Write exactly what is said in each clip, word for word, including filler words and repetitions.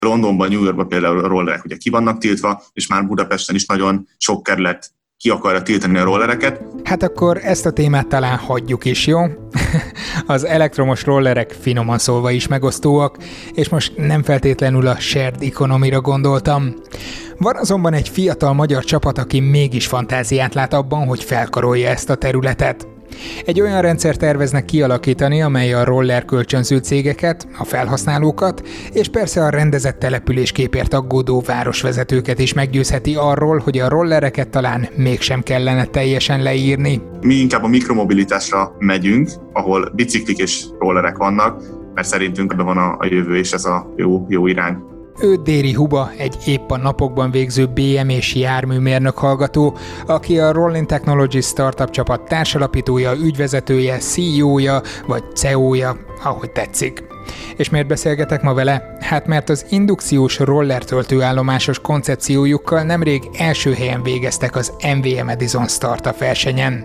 Londonban, New Yorkban például a rollerek ugye ki vannak tiltva, és már Budapesten is nagyon sok kerület ki akarja tiltani a rollereket. Hát akkor ezt a témát talán hagyjuk is, jó? Az elektromos rollerek finoman szólva is megosztóak, és most nem feltétlenül a shared economy-ra gondoltam. Van azonban egy fiatal magyar csapat, aki mégis fantáziát lát abban, hogy felkarolja ezt a területet. Egy olyan rendszer terveznek kialakítani, amely a roller kölcsönző cégeket, a felhasználókat, és persze a rendezett településképért aggódó városvezetőket is meggyőzheti arról, hogy a rollereket talán mégsem kellene teljesen leírni. Mi inkább a mikromobilitásra megyünk, ahol biciklik és rollerek vannak, mert szerintünk ebben van a, a jövő, és ez a jó, jó irány. Ő Déri Huba, egy épp a napokban végző bé em és járműmérnök hallgató, aki a Rolling Technologies startup csapat társalapítója, ügyvezetője, cé í ó-ja vagy cé e ó-ja, ahogy tetszik. És miért beszélgetek ma vele? Hát mert az indukciós roller töltőállomásos koncepciójukkal nemrég első helyen végeztek az em vé em Edison Startup versenyen.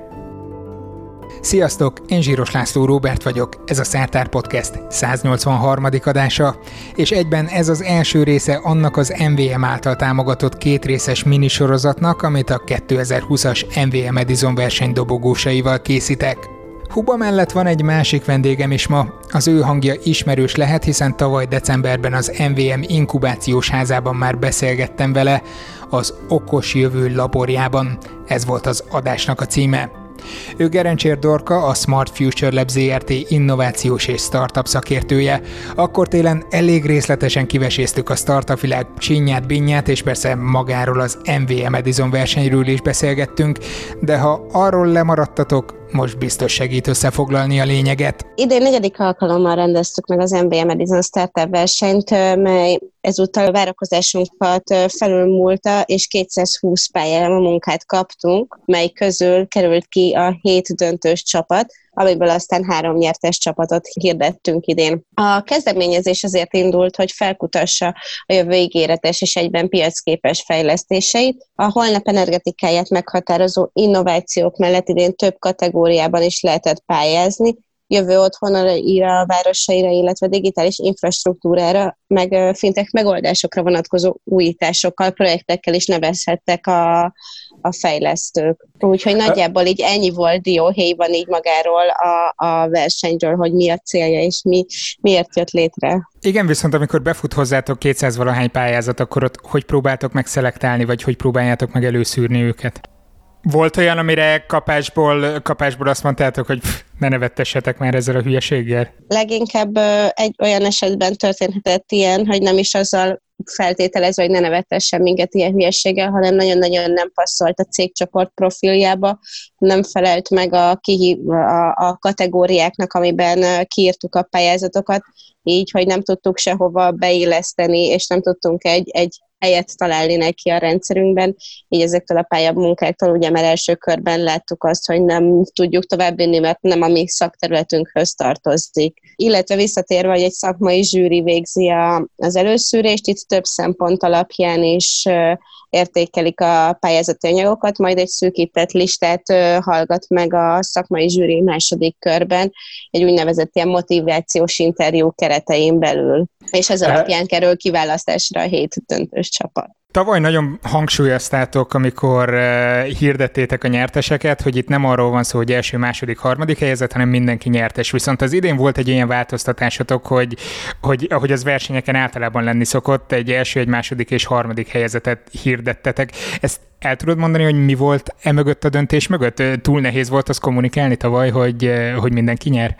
Sziasztok, én Zsíros László Róbert vagyok, ez a Szertár Podcast száznyolcvanharmadik adása, és egyben ez az első része annak az em vé em által támogatott kétrészes minisorozatnak, amit a kétezer-húszas em vé em Edison verseny dobogósaival készítek. Huba mellett van egy másik vendégem is ma, az ő hangja ismerős lehet, hiszen tavaly decemberben az em vé em inkubációs házában már beszélgettem vele, az Okos Jövő laborjában, ez volt az adásnak a címe. Ő Gerencsér Dorka, a Smart Future Lab zé er té innovációs és startup szakértője. Akkor télen elég részletesen kiveséztük a startup világ csinyát, binnyát, és persze magáról az em vé em Edison versenyről is beszélgettünk, de ha arról lemaradtatok, most biztos segít összefoglalni a lényeget. Idén negyedik alkalommal rendeztük meg az em vé em Edison Startup versenyt, mely ezúttal a várakozásunkat felülmúlta, és kétszázhúsz pályázati munkát kaptunk, mely közül került ki a hét döntős csapat, amiből aztán három nyertes csapatot hirdettünk idén. A kezdeményezés azért indult, hogy felkutassa a jövő ígéretes és egyben piacképes fejlesztéseit. A holnap energetikáját meghatározó innovációk mellett idén több kategóriában is lehetett pályázni, jövő otthonaira, városaira, illetve digitális infrastruktúrára, meg fintech megoldásokra vonatkozó újításokkal, projektekkel is nevezhettek a, a fejlesztők. Úgyhogy nagyjából így ennyi volt dióhéjban így magáról a, a versenyről, hogy mi a célja és mi, miért jött létre. Igen, viszont amikor befut hozzátok kétszáz valahány pályázat, akkor ott hogy próbáltok meg szelektálni, vagy hogy próbáljátok meg előszűrni őket? Volt olyan, amire kapásból, kapásból azt mondtátok, hogy pff, ne nevettessetek már ezzel a hülyeséggel? Leginkább egy olyan esetben történhetett ilyen, hogy nem is azzal feltételezve, hogy ne nevettessen minket ilyen hülyeséggel, hanem nagyon-nagyon nem passzolt a cégcsoport profiljába, nem felelt meg a, kihív, a, a kategóriáknak, amiben kiírtuk a pályázatokat, így, hogy nem tudtuk sehova beilleszteni, és nem tudtunk egy, egy helyet találni neki a rendszerünkben, így ezektől a pályamunkáktól, ugye már első körben láttuk azt, hogy nem tudjuk továbbvinni, mert nem a mi szakterületünkhöz tartozik. Illetve visszatérve, hogy egy szakmai zsűri végzi a, az előszűrést, itt több szempont alapján is értékelik a pályázati anyagokat, majd egy szűkített listát hallgat meg a szakmai zsűri második körben, egy úgynevezett ilyen motivációs interjú keretein belül. És ez alapján kerül kiválasztásra a hét döntős csapat. Tavaly nagyon hangsúlyoztátok, amikor uh, hirdettétek a nyerteseket, hogy itt nem arról van szó, hogy első, második, harmadik helyezett, hanem mindenki nyertes. Viszont az idén volt egy ilyen változtatásotok, hogy, hogy ahogy az versenyeken általában lenni szokott, egy első, egy második és harmadik helyezetet hirdettetek. Ezt el tudod mondani, hogy mi volt emögött a döntés mögött? Túl nehéz volt azt kommunikálni tavaly, hogy, hogy mindenki nyer?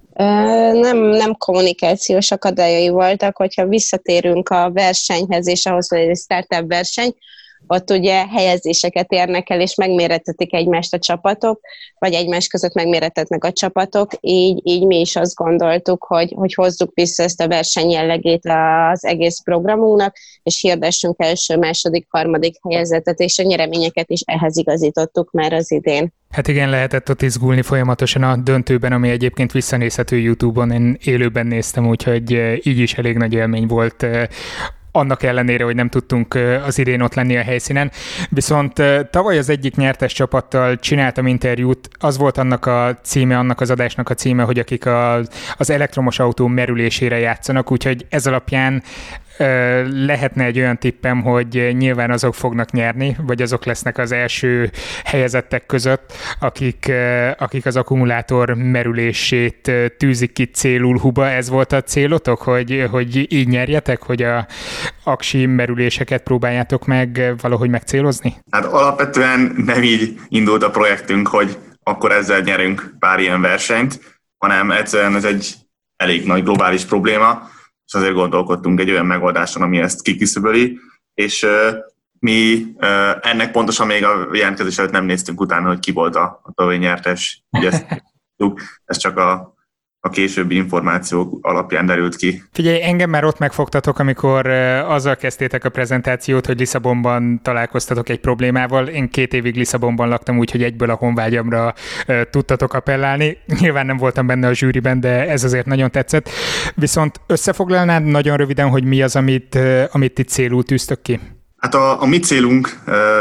Nem, nem kommunikációs akadályai voltak, hogyha visszatérünk a versenyhez, és ahhoz, hogy egy startup verseny, ott ugye helyezéseket érnek el, és megmérettetik egymást a csapatok, vagy egymás között megmérettetnek a csapatok, így, így mi is azt gondoltuk, hogy, hogy hozzuk vissza ezt a verseny jellegét az egész programunknak, és hirdessünk első, második, harmadik helyezetet, és a nyereményeket is ehhez igazítottuk már az idén. Hát igen, lehetett ott izgulni folyamatosan a döntőben, ami egyébként visszanézhető YouTube-on, én élőben néztem, úgyhogy így is elég nagy élmény volt, annak ellenére, hogy nem tudtunk az idén ott lenni a helyszínen. Viszont tavaly az egyik nyertes csapattal csináltam interjút, az volt annak a címe, annak az adásnak a címe, hogy akik a, az elektromos autó merülésére játszanak, úgyhogy ez alapján lehetne egy olyan tippem, hogy nyilván azok fognak nyerni, vagy azok lesznek az első helyezettek között, akik, akik az akkumulátor merülését tűzik ki célul huba. Ez volt a célotok, hogy, hogy így nyerjetek, hogy a aksi merüléseket próbáljátok meg valahogy megcélozni? Hát alapvetően nem így indult a projektünk, hogy akkor ezzel nyerünk pár ilyen versenyt, hanem egyszerűen ez egy elég nagy globális probléma, és azért gondolkodtunk egy olyan megoldáson, ami ezt kiküszöböli, és uh, mi uh, ennek pontosan még a jelentkezés előtt nem néztünk utána, hogy ki volt a, a tavalyi nyertes. Ezt, ez csak a a későbbi információk alapján derült ki. Figyelj, engem már ott megfogtatok, amikor azzal kezdtétek a prezentációt, hogy Lisszabonban találkoztatok egy problémával. Én két évig Lisszabonban laktam, úgyhogy egyből a honvágyamra tudtatok appellálni. Nyilván nem voltam benne a zsűriben, de ez azért nagyon tetszett. Viszont összefoglalnád nagyon röviden, hogy mi az, amit, amit itt célul tűztök ki? Hát a, a mi célunk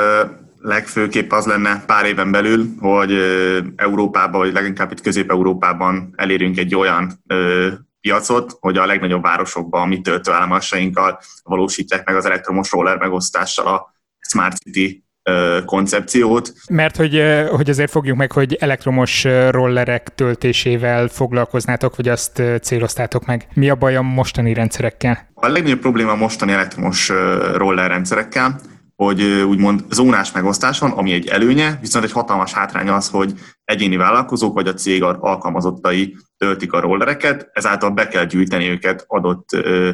legfőképp az lenne pár éven belül, hogy Európában, vagy leginkább itt Közép-Európában elérünk egy olyan ö, piacot, hogy a legnagyobb városokban a mi töltőállomásainkkal valósítják meg az elektromos roller megosztással a Smart City ö, koncepciót. Mert hogy, hogy azért fogjuk meg, hogy elektromos rollerek töltésével foglalkoznátok, vagy azt céloztátok meg. Mi a baj a mostani rendszerekkel? A legnagyobb probléma a mostani elektromos roller rendszerekkel, hogy úgymond zónás megosztás van, ami egy előnye, viszont egy hatalmas hátrány az, hogy egyéni vállalkozók vagy a cég alkalmazottai töltik a rollereket, ezáltal be kell gyűjteni őket adott ö,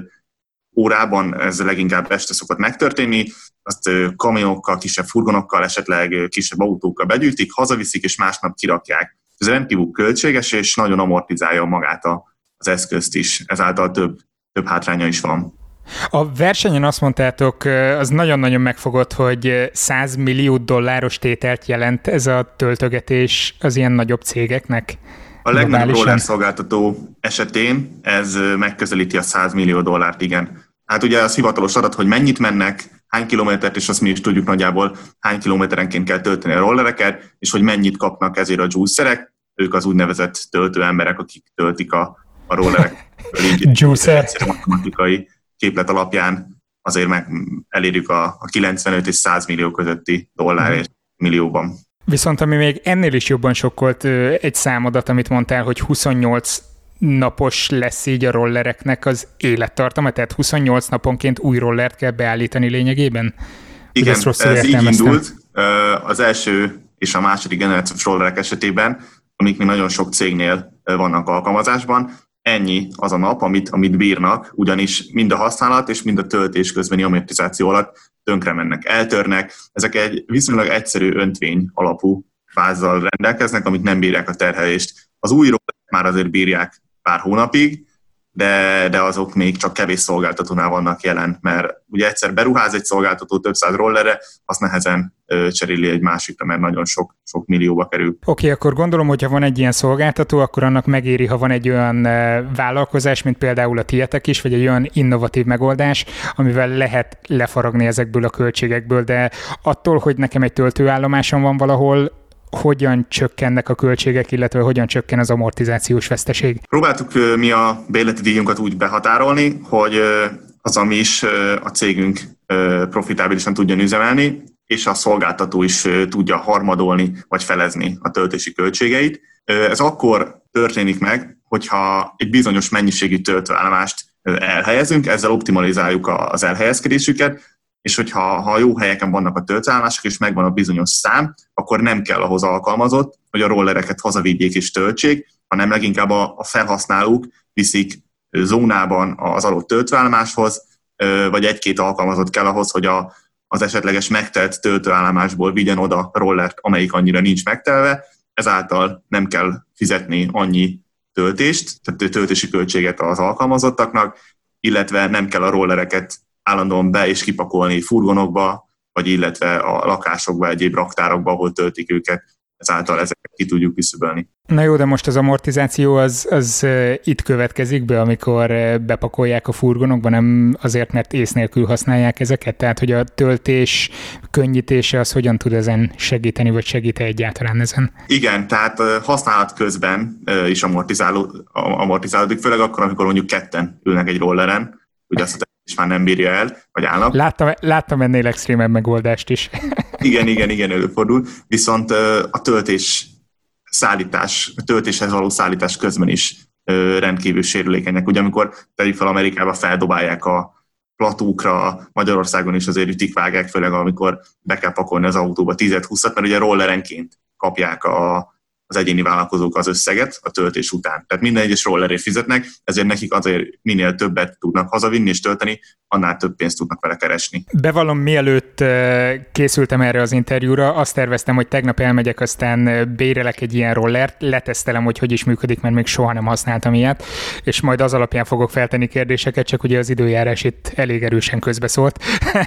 órában, ez leginkább este szokott megtörténni, azt ö, kamionokkal, kisebb furgonokkal, esetleg ö, kisebb autókkal begyűjtik, hazaviszik és másnap kirakják. Ez rendkívül költséges és nagyon amortizálja magát a, az eszközt is, ezáltal több, több hátránya is van. A versenyen azt mondtátok, az nagyon-nagyon megfogott, hogy száz millió dolláros tételt jelent ez a töltögetés az ilyen nagyobb cégeknek. A legnagyobb roller szolgáltató esetén ez megközelíti a száz millió dollárt, igen. Hát ugye az hivatalos adat, hogy mennyit mennek, hány kilométert, és azt mi is tudjuk nagyjából, hány kilométerenként kell tölteni a rollereket, és hogy mennyit kapnak ezért a juicerek, ők az úgynevezett töltő emberek, akik töltik a, a rollerek. Juicer. Matematikai képlet alapján azért meg elérjük a, a kilencvenöt és száz millió közötti dollár és millióban. Viszont ami még ennél is jobban sokkolt, egy számadat, amit mondtál, hogy huszonnyolc napos lesz így a rollereknek az élettartama, tehát huszonnyolc naponként új rollert kell beállítani lényegében? Igen, ez így indult. Az első és a második generációs rollerek esetében, amik még nagyon sok cégnél vannak alkalmazásban, ennyi az a nap, amit, amit bírnak, ugyanis mind a használat és mind a töltés közbeni amortizáció alatt tönkre mennek, eltörnek. Ezek egy viszonylag egyszerű öntvény alapú vázzal rendelkeznek, amit nem bírják a terhelést. Az új rollerek már azért bírják pár hónapig, de, de azok még csak kevés szolgáltatónál vannak jelen, mert ugye egyszer beruház egy szolgáltató több száz rollerre, azt nehezen ö, cseréli egy másikra, mert nagyon sok, sok millióba kerül. Oké, okay, akkor gondolom, hogy ha van egy ilyen szolgáltató, akkor annak megéri, ha van egy olyan vállalkozás, mint például a tietek is, vagy egy olyan innovatív megoldás, amivel lehet lefaragni ezekből a költségekből, de attól, hogy nekem egy töltőállomásom van valahol, hogyan csökkennek a költségek, illetve hogyan csökken az amortizációs veszteség? Próbáltuk mi a bérleti díjunkat úgy behatárolni, hogy az, ami is a cégünk profitábilisan tudjon üzemelni, és a szolgáltató is tudja harmadolni vagy felezni a töltési költségeit. Ez akkor történik meg, hogyha egy bizonyos mennyiségű töltőállomást elhelyezünk, ezzel optimalizáljuk az elhelyezkedésüket, és hogyha ha jó helyeken vannak a töltőállomások, és megvan a bizonyos szám, akkor nem kell ahhoz alkalmazott, hogy a rollereket hazavigyék és töltsék, hanem leginkább a, a felhasználók viszik zónában az adott töltőállomáshoz, vagy egy-két alkalmazott kell ahhoz, hogy a, az esetleges megtelt töltőállomásból vigyen oda rollert, amelyik annyira nincs megtelve, ezáltal nem kell fizetni annyi töltést, tehát töltési költséget az alkalmazottaknak, illetve nem kell a rollereket állandóan be- és kipakolni furgonokba, vagy illetve a lakásokba, egyéb raktárokba, ahol töltik őket, ezáltal ezeket ki tudjuk küszöbölni. Na jó, de most az amortizáció az, az itt következik be, amikor bepakolják a furgonokba, nem azért, mert ész nélkül használják ezeket? Tehát, hogy a töltés könnyítése az hogyan tud ezen segíteni, vagy segít egyáltalán ezen? Igen, tehát használat közben is amortizálódik, főleg akkor, amikor mondjuk ketten ülnek egy rolleren, ugye azt és már nem bírja el, vagy állnak. Láttam, láttam ennél extrémebb megoldást is. Igen, igen, igen, előfordul. Viszont a töltés szállítás, a töltéshez való szállítás közben is rendkívül sérülékenyek. Ugye amikor tegyük fel Amerikába, feldobálják a platókra, Magyarországon is azért ütik, vágják, főleg amikor be kell pakolni az autóba tíz-húszat, mert ugye rollerenként kapják a, az egyéni vállalkozók az összeget a töltés után. Tehát minden egyes rollerért fizetnek, ezért nekik azért minél többet tudnak hazavinni és tölteni, annál több pénzt tudnak vele keresni. Bevallom, mielőtt készültem erre az interjúra, azt terveztem, hogy tegnap elmegyek, aztán bérelek egy ilyen rollert, letesztelem, hogy hogy is működik, mert még soha nem használtam ilyet, és majd az alapján fogok feltenni kérdéseket, csak ugye az időjárás itt elég erősen közbeszólt.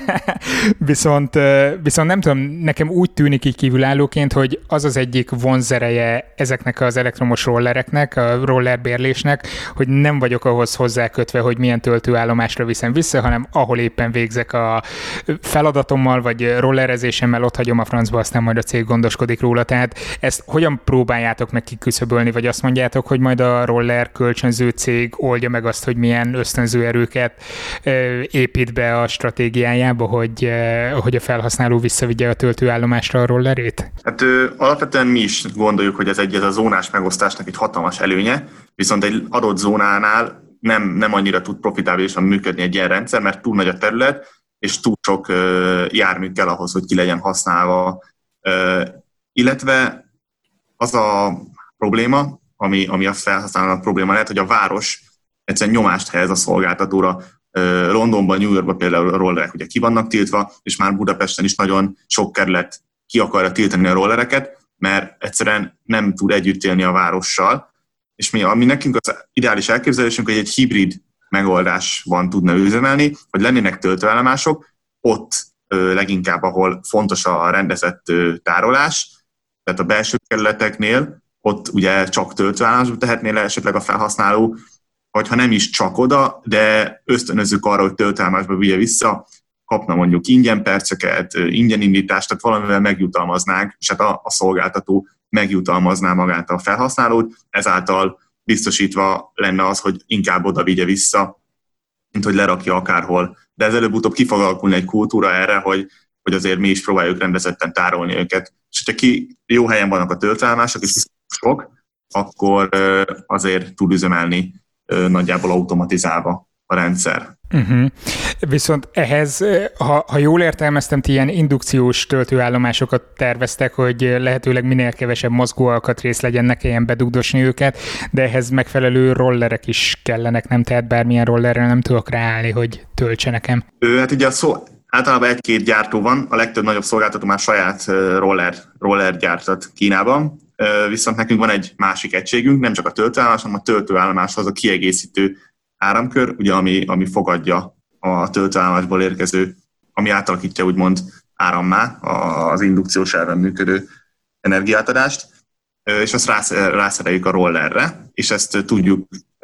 viszont, viszont nem tudom, nekem úgy tűnik így kívülállóként, hogy az az egyik vonzereje ezeknek az elektromos rollereknek, a rollerbérlésnek, hogy nem vagyok ahhoz hozzákötve, hogy milyen töltőállomásra viszem vissza, hanem ahol éppen végzek a feladatommal, vagy rollerezésemmel, ott hagyom a francba, aztán majd a cég gondoskodik róla. Tehát ezt hogyan próbáljátok meg kiküszöbölni, vagy azt mondjátok, hogy majd a roller kölcsönző cég oldja meg azt, hogy milyen ösztönző erőket épít be a stratégiájába, hogy, hogy a felhasználó visszavigye a töltőállomásra a rollerét? Hát ö, alapvetően mi is gondoljuk, hogy ez egy ez a zónás megosztásnak egy hatalmas előnye, viszont egy adott zónánál nem, nem annyira tud profitábilisan működni egy ilyen rendszer, mert túl nagy a terület, és túl sok uh, jármű kell ahhoz, hogy ki legyen használva. Uh, illetve az a probléma, ami, ami a felhasználónak probléma lehet, hogy a város egyszerűen nyomást helyez a szolgáltatóra. Uh, Londonban, New Yorkban például a rollerek ugye ki vannak tiltva, és már Budapesten is nagyon sok kerület ki akarja tiltani a rollereket, mert egyszerűen nem tud együtt élni a várossal, és mi, ami nekünk az ideális elképzelésünk, hogy egy hibrid megoldásban tudna üzemelni, hogy lennének töltőállomások, ott ö, leginkább, ahol fontos a rendezett ö, tárolás, tehát a belső kerületeknél, ott ugye csak töltőállomásba tehetné le esetleg a felhasználó, vagy ha nem is csak oda, de ösztönözzük arra, hogy töltőállomásba vigye vissza, kapna mondjuk ingyen perceket, ingyen indítást, tehát valamivel megjutalmaznánk, és hát a, a szolgáltató megjutalmazná magát a felhasználót, ezáltal biztosítva lenne az, hogy inkább oda vigye vissza, mint hogy lerakja akárhol. De ez előbb-utóbb ki fog alakulni egy kultúra erre, hogy, hogy azért mi is próbáljuk rendezetten tárolni őket. És hogyha ki jó helyen vannak a töltőállomások, és sok, akkor azért tud üzemelni nagyjából automatizálva a rendszer. Uh-huh. Viszont ehhez, ha, ha jól értelmeztem, ti ilyen indukciós töltőállomásokat terveztek, hogy lehetőleg minél kevesebb mozgóalkatrész legyen, ne kelljen bedugdosni őket, de ehhez megfelelő rollerek is kellenek, nem? Tehát bármilyen rollerrel nem tudok ráállni, hogy töltse nekem. Ő, hát ugye a szó, általában egy-két gyártó van, a legtöbb nagyobb szolgáltató már saját roller, roller gyártat Kínában, viszont nekünk van egy másik egységünk, nem csak a töltőállomás, hanem a töltőállomáshoz a kiegészítő áramkör, ugye, ami, ami fogadja a töltőállomásból érkező, ami átalakítja úgymond árammá az indukciós elven működő energiátadást, és azt rászereljük a rollerre, és ezt tudjuk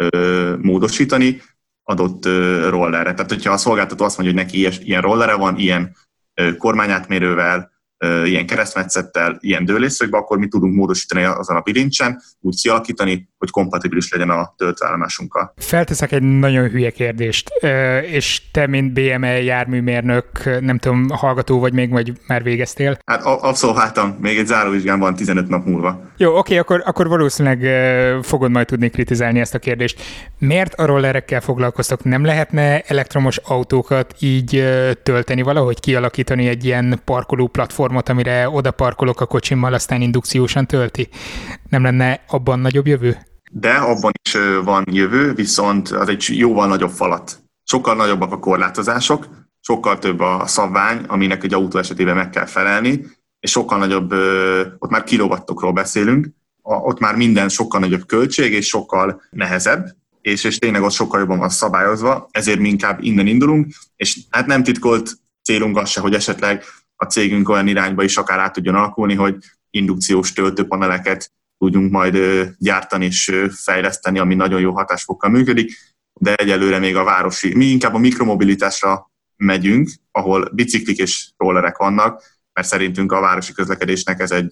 módosítani adott rollerre. Tehát, hogyha a szolgáltató azt mondja, hogy neki ilyen rollere van, ilyen kormányátmérővel, ilyen keresztmetszettel, ilyen dőlésszögbe, akkor mi tudunk módosítani azon a bilincsen, úgy kialakítani, hogy kompatibilis legyen a töltőállomásunkkal. Felteszek egy nagyon hülye kérdést, és te, mint bé em e járműmérnök, nem tudom, hallgató vagy még, vagy már végeztél? Hát abszolváltam, még egy záróvizsgám van tizenöt nap múlva. Jó, oké, akkor, akkor valószínűleg fogod majd tudni kritizálni ezt a kérdést. Miért a rollerekkel foglalkoztok? Nem lehetne elektromos autókat így tölteni valahogy, kialakítani egy ilyen parkoló platformot, amire oda parkolok a kocsimmal, aztán indukciósan tölti? Nem lenne abban nagyobb jövő? De abban is van jövő, viszont az egy jóval nagyobb falat. Sokkal nagyobbak a korlátozások, sokkal több a szabvány, aminek egy autó esetében meg kell felelni, és sokkal nagyobb, ott már kilowattokról beszélünk, ott már minden sokkal nagyobb költség, és sokkal nehezebb, és, és tényleg ott sokkal jobban van szabályozva, ezért mi inkább innen indulunk, és hát nem titkolt célunk az se, hogy esetleg a cégünk olyan irányba is akár át tudjon alakulni, hogy indukciós töltőpaneleket tudjunk majd gyártani és fejleszteni, ami nagyon jó hatásfokkal működik, de egyelőre még a városi, mi inkább a mikromobilitásra megyünk, ahol biciklik és rollerek vannak, mert szerintünk a városi közlekedésnek ez egy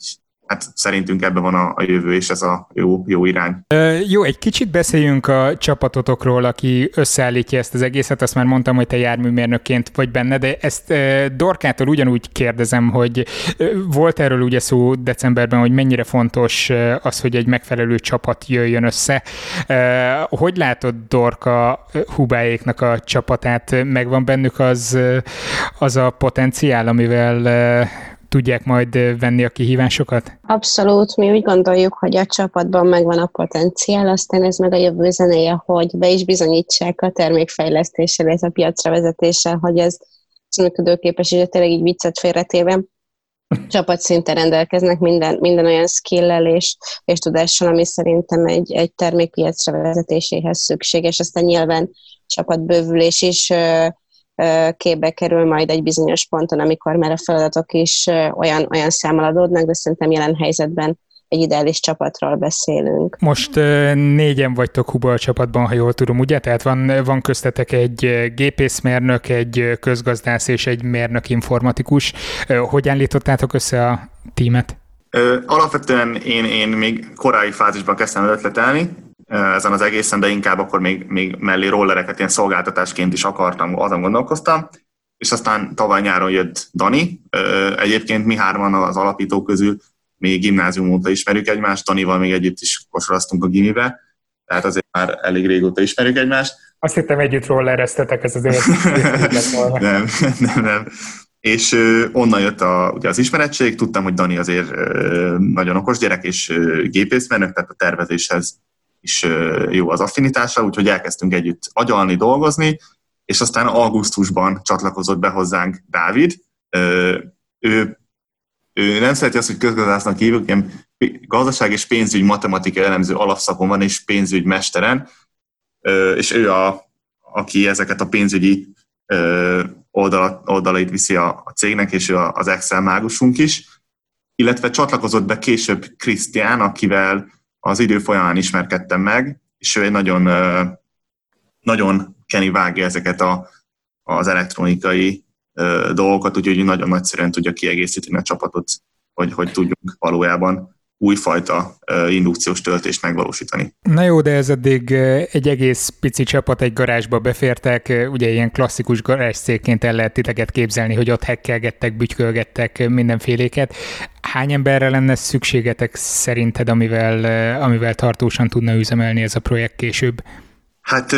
hát szerintünk ebben van a, a jövő, és ez a jó, jó irány. Ö, jó, egy kicsit beszéljünk a csapatotokról, aki összeállítja ezt az egészet. Azt már mondtam, hogy te járműmérnökként vagy benne, de ezt ö, Dorkától ugyanúgy kérdezem, hogy ö, volt erről ugye szó decemberben, hogy mennyire fontos ö, az, hogy egy megfelelő csapat jöjjön össze. Ö, hogy látod, Dorka, Hubáéknak a csapatát? Megvan bennük az, az a potenciál, amivel ö, tudják majd venni a kihívásokat? Abszolút, mi úgy gondoljuk, hogy a csapatban megvan a potenciál, aztán ez meg a jövő zenéje, hogy be is bizonyítsák a termékfejlesztéssel, ez a piacra vezetéssel, hogy ez működőképes, és tényleg így viccet félretéve csapatszinten rendelkeznek minden, minden olyan skill-lel és, és tudással, ami szerintem egy, egy termékpiacra vezetéséhez szükséges. Aztán nyilván csapatbővülés is képbe kerül majd egy bizonyos ponton, amikor már a feladatok is olyan, olyan számmal adódnak, de szerintem jelen helyzetben egy ideális csapatról beszélünk. Most négyen vagytok Huba a csapatban, ha jól tudom, ugye? Tehát van, van köztetek egy gépészmérnök, egy közgazdász és egy mérnök informatikus. Hogy állítottátok össze a tímet? Alapvetően én, én még korai fázisban kezdtem ötletelni ezen az egészen, de inkább akkor még, még mellé rollereket ilyen szolgáltatásként is akartam, azon gondolkoztam, és aztán tavaly nyáron jött Dani. Egyébként mi hárman az alapítók közül még gimnázium óta ismerjük egymást, Danival még együtt is kosaraztunk a gimibe, tehát azért már elég régóta ismerjük egymást. Azt hittem, együtt rollereztetek, ez azért nem, nem, nem. És onnan jött a, ugye az ismeretség, tudtam, hogy Dani azért nagyon okos gyerek, és gépészmérnök, tehát a tervezéshez is jó az affinitása, úgyhogy elkezdtünk együtt agyalni, dolgozni, és aztán augusztusban csatlakozott be hozzánk Dávid. Ő, ő nem szereti azt, hogy közgazdásznak hívjuk, ilyen gazdaság és pénzügy matematika elemző alapszakon van, és pénzügy mesteren, és ő a, aki ezeket a pénzügyi oldalat, oldalait viszi a, a cégnek, és ő az Excel mágusunk is, illetve csatlakozott be később Krisztián, akivel az idő folyamán ismerkedtem meg, és ő egy nagyon, nagyon keni vágja ezeket a, az elektronikai dolgokat, úgyhogy nagyon nagyszerűen tudja kiegészíteni a csapatot, hogy, hogy tudjunk valójában újfajta indukciós töltést megvalósítani. Na jó, de ez eddig egy egész pici csapat, egy garázsba befértek, ugye ilyen klasszikus garázscégként el lehet titeket képzelni, hogy ott hekkelgettek, bütykölgettek mindenféléket. Hány emberre lenne szükségetek szerinted, amivel, amivel tartósan tudna üzemelni ez a projekt később? Hát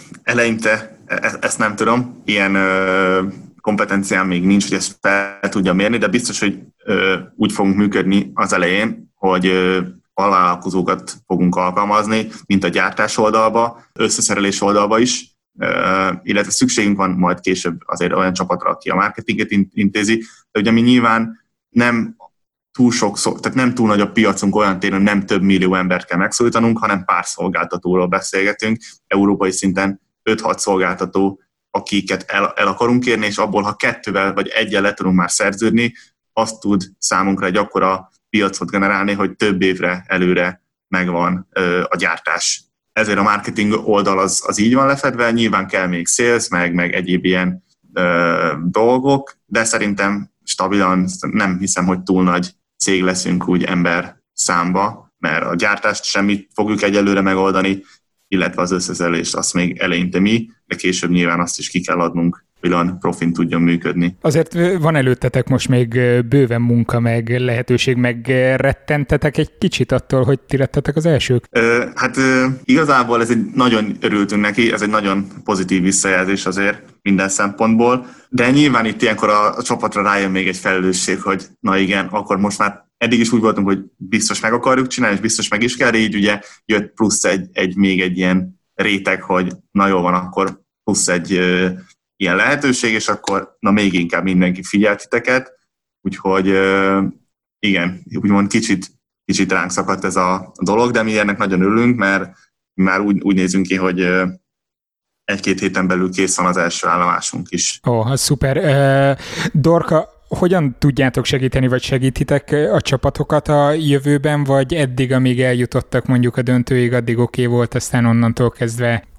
eleinte ezt nem tudom, ilyen kompetenciám még nincs, hogy ezt fel tudja mérni, de biztos, hogy úgy fogunk működni az elején, hogy alvállalkozókat fogunk alkalmazni, mint a gyártás oldalba, összeszerelés oldalba is, illetve szükségünk van majd később azért olyan csapatra, aki a marketinget intézi, de ugye mi nyilván nem túl sokszor, tehát nem túl nagy a piacunk olyan téren, nem több millió embert kell megszólítanunk, hanem pár szolgáltatóról beszélgetünk, európai szinten öt-hat szolgáltató, akiket el, el akarunk érni, és abból, ha kettővel vagy egyel le tudunk már szerződni, azt tud számunkra egy akkora piacot generálni, hogy több évre előre megvan ö, a gyártás. Ezért a marketing oldal az, az így van lefedve, nyilván kell még sales, meg, meg egyéb ilyen ö, dolgok, de szerintem stabilan nem hiszem, hogy túl nagy cég leszünk úgy ember számba, mert a gyártást semmit fogjuk egyelőre megoldani, illetve az összeszerelést azt még eleinte mi, de később nyilván azt is ki kell adnunk, hogy olyan profin tudjon működni. Azért van előttetek most még bőven munka, meg lehetőség, meg rettentetek egy kicsit attól, hogy ti lettetek az elsők? Ö, hát ö, igazából ez egy nagyon örültünk neki, ez egy nagyon pozitív visszajelzés azért minden szempontból, de nyilván itt ilyenkor a, a csapatra rájön még egy felelősség, hogy na igen, akkor most már eddig is úgy voltunk, hogy biztos meg akarjuk csinálni, és biztos meg is kell, de így ugye jött plusz egy, egy még egy ilyen réteg, hogy na jó van, akkor plusz egy ö, ilyen lehetőség, és akkor na még inkább mindenki figyel titeket, úgyhogy ö, igen, úgymond kicsit, kicsit ránk szakadt ez a dolog, de mi ennek nagyon örülünk, mert már úgy, úgy nézünk ki, hogy ö, egy-két héten belül kész van az első állomásunk is. Ó, oh, az szuper. Uh, Dorka, hogyan tudjátok segíteni, vagy segítitek a csapatokat a jövőben, vagy eddig, amíg eljutottak mondjuk a döntőig, addig oké okay volt, aztán onnantól kezdve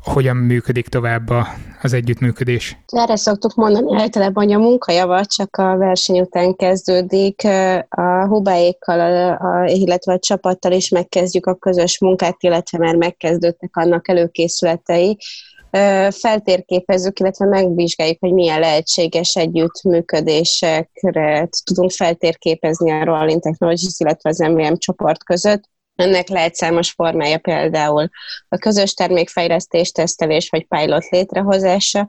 hogyan működik tovább a, az együttműködés? Erre szoktuk mondani általában, hogy a munkajavat csak a verseny után kezdődik. A Hubáékkal, a, a, illetve a csapattal is megkezdjük a közös munkát, illetve már megkezdődtek annak előkészületei. Feltérképezzük, illetve megvizsgáljuk, hogy milyen lehetséges együttműködésekre tudunk feltérképezni a Rolling Technologies, illetve az em vé em csoport között. Ennek lehet számos formája, például a közös termékfejlesztés, tesztelés vagy pilot létrehozása,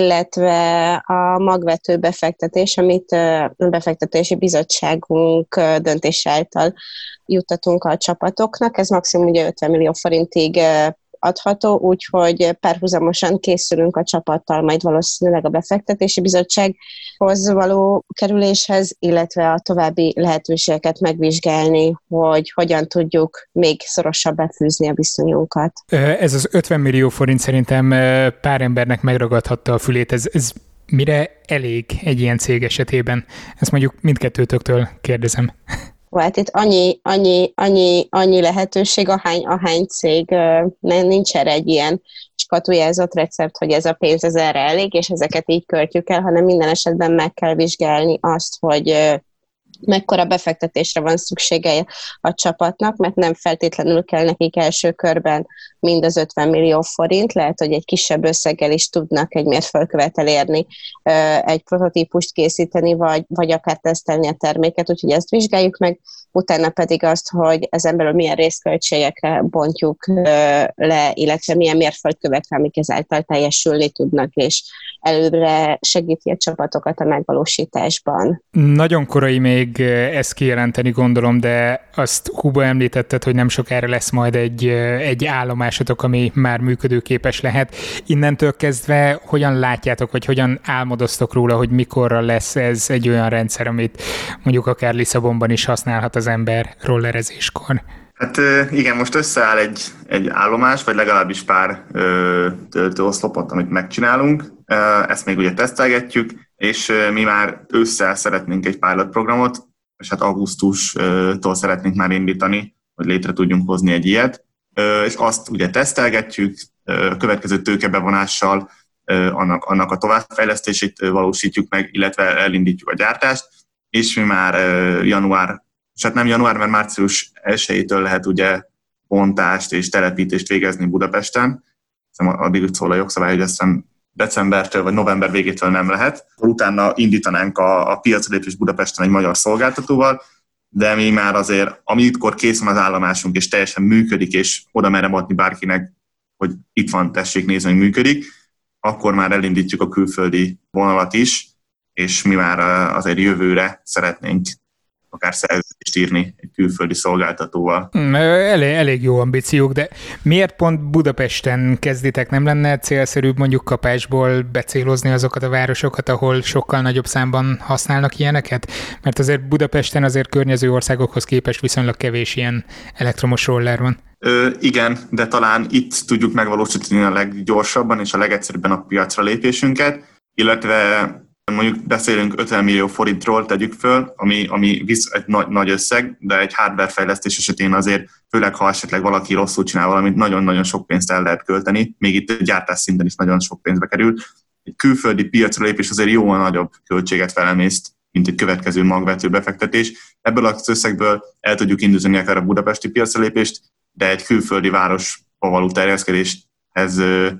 illetve a magvető befektetés, amit a befektetési bizottságunk döntése által juttatunk a csapatoknak. Ez maximum ugye ötven millió forintig adható, úgyhogy párhuzamosan készülünk a csapattal majd valószínűleg a befektetési bizottsághoz való kerüléshez, illetve a további lehetőségeket megvizsgálni, hogy hogyan tudjuk még szorosabbá fűzni a viszonyunkat. Ez az ötven millió forint szerintem pár embernek megragadhatta a fülét. Ez, ez mire elég egy ilyen cég esetében? Ezt mondjuk mindkettőtöktől kérdezem. Hát itt annyi, annyi, annyi, annyi lehetőség, ahány, ahány cég, nincs erre egy ilyen skatujázott recept, hogy ez a pénz ez erre elég, és ezeket így költjük el, hanem minden esetben meg kell vizsgálni azt, hogy mekkora befektetésre van szüksége a csapatnak, mert nem feltétlenül kell nekik első körben mind az ötven millió forint, lehet, hogy egy kisebb összeggel is tudnak egy mérföldkövet elérni, egy prototípust készíteni, vagy, vagy akár tesztelni a terméket, úgyhogy ezt vizsgáljuk meg, utána pedig azt, hogy ezen belül milyen részköltségekre bontjuk le, illetve milyen mérföldkövekre, amik ezáltal teljesülni tudnak, és előre segíti a csapatokat a megvalósításban. Nagyon korai még ezt kijelenteni, gondolom, de azt Huba említetted, hogy nem sokára lesz majd egy, egy állomásotok, ami már működőképes lehet. Innentől kezdve hogyan látjátok, vagy hogyan álmodoztok róla, hogy mikorra lesz ez egy olyan rendszer, amit mondjuk akár Lisszabonban is használhat az ember rollerezéskor? Hát igen, most összeáll egy, egy állomás, vagy legalábbis pár ö, töltőoszlopot, amit megcsinálunk. Ezt még ugye tesztelgetjük, és mi már ősszel szeretnénk egy pilot programot, és hát augusztustól szeretnénk már indítani, hogy létre tudjunk hozni egy ilyet. És azt ugye tesztelgetjük, következő tőkebevonással annak, annak a továbbfejlesztését valósítjuk meg, illetve elindítjuk a gyártást, és mi már január, és hát nem január, mert március elsejétől lehet ugye bontást és telepítést végezni Budapesten. Addig szól a jogszabály, hogy ezt decembertől vagy november végétől nem lehet. Utána indítanánk a, a piacra lépés Budapesten egy magyar szolgáltatóval, de mi már azért, amikor kész van az állomásunk, és teljesen működik, és oda merem adni bárkinek, hogy itt van, tessék nézni, hogy működik, akkor már elindítjuk a külföldi vonalat is, és mi már azért jövőre szeretnénk akár szerződést írni egy külföldi szolgáltatóval. Elég, elég jó ambíciók, de miért pont Budapesten kezditek? Nem lenne célszerűbb mondjuk kapásból becélozni azokat a városokat, ahol sokkal nagyobb számban használnak ilyeneket? Mert azért Budapesten azért környező országokhoz képest viszonylag kevés ilyen elektromos roller van. Ö, igen, de talán itt tudjuk megvalósítani a leggyorsabban és a legegyszerűbben a piacra lépésünket, illetve mondjuk beszélünk ötven millió forintról, tegyük föl, ami, ami visz egy nagy, nagy összeg, de egy hardware fejlesztés esetén azért, főleg ha esetleg valaki rosszul csinál valamit, nagyon-nagyon sok pénzt el lehet költeni, még itt a gyártás szinten is nagyon sok pénzbe kerül. Egy külföldi piacra lépés azért jóval nagyobb költséget felemészt, mint egy következő magvető befektetés. Ebből az összegből el tudjuk indítani akár a budapesti piacra lépést, de egy külföldi városba való terjeszkedéshez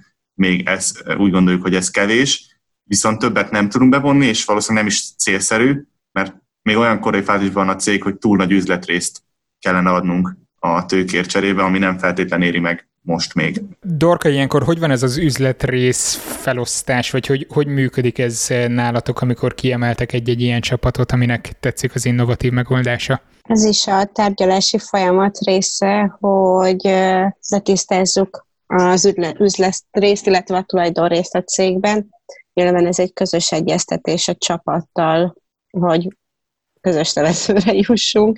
még ez, úgy gondoljuk, hogy ez kevés. Viszont többet nem tudunk bevonni, és valószínűleg nem is célszerű, mert még olyan korai fázisban a cég, hogy túl nagy üzletrészt kellene adnunk a tőkért cserébe, ami nem feltétlenül éri meg most még. Dorka, ilyenkor hogy van ez az üzletrész felosztás, vagy hogy, hogy működik ez nálatok, amikor kiemeltek egy-egy ilyen csapatot, aminek tetszik az innovatív megoldása? Ez is a tárgyalási folyamat része, hogy letisztázzuk az üzletrészt, illetve a tulajdonrészt a cégben. Nyilván ez egy közös egyeztetés a csapattal, hogy közös nevezőre jussunk.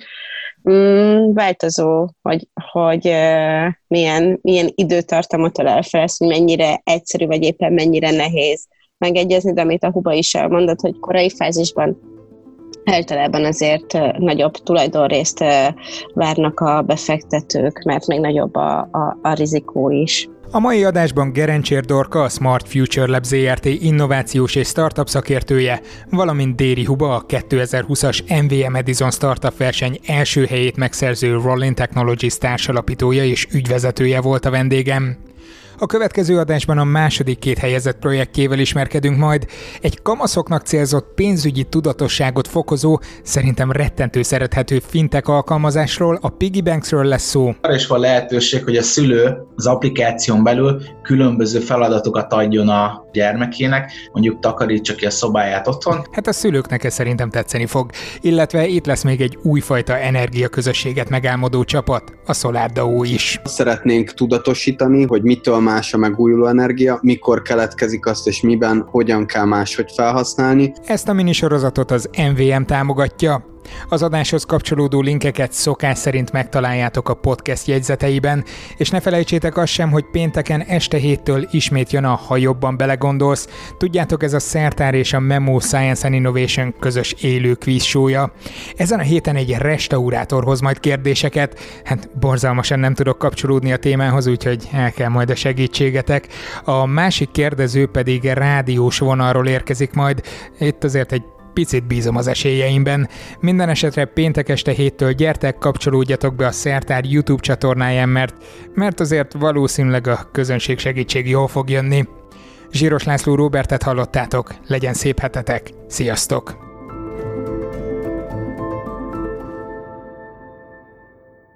Mm, változó, hogy, hogy uh, milyen, milyen időtartamot ölel fel, ezt, hogy mennyire egyszerű, vagy éppen mennyire nehéz megegyezni, de amit a Huba is elmondott, hogy korai fázisban általában azért uh, nagyobb tulajdonrészt uh, várnak a befektetők, mert még nagyobb a, a, a rizikó is. A mai adásban Gerencsér Dorka, a Smart Future Lab zé er té innovációs és startup szakértője, valamint Déri Huba, a kétezer-húszas em vé em Edison Startup verseny első helyét megszerző Rollin Technologies társalapítója és ügyvezetője volt a vendégem. A következő adásban a második két helyezett projektjével ismerkedünk majd. Egy kamaszoknak célzott pénzügyi tudatosságot fokozó, szerintem rettentő szerethető fintech alkalmazásról, a Piggy Banksről lesz szó. Arra is van lehetőség, hogy a szülő az applikáción belül különböző feladatokat adjon a gyermekének, mondjuk takarítsa ki a szobáját otthon. Hát a szülőknek ez szerintem tetszeni fog. Illetve itt lesz még egy újfajta energiaközösséget megálmodó csapat, a SolarDAO is. Szeretnénk tudatosítani, hogy mitől más a megújuló energia, mikor keletkezik azt és miben, hogyan kell máshogy felhasználni. Ezt a minisorozatot az em vé em támogatja. Az adáshoz kapcsolódó linkeket szokás szerint megtaláljátok a podcast jegyzeteiben, és ne felejtsétek azt sem, hogy pénteken este héttől ismét jön a Ha jobban belegondolsz. Tudjátok, ez a Szertár és a Memo Science and Innovation közös élő quiz show-ja. Ezen a héten egy restaurátorhoz majd kérdéseket, hát borzalmasan nem tudok kapcsolódni a témához, úgyhogy el kell majd a segítségetek. A másik kérdező pedig rádiós vonalról érkezik majd, itt azért egy picit bízom az esélyeimben. Minden esetre péntek este héttől gyertek, kapcsolódjatok be a Szertár YouTube csatornáján, mert, mert azért valószínűleg a közönség segítség jól fog jönni. Zsíros László Róbertet hallottátok, legyen szép hetetek, sziasztok!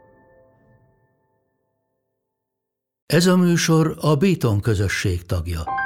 Ez a műsor a Béton közösség tagja.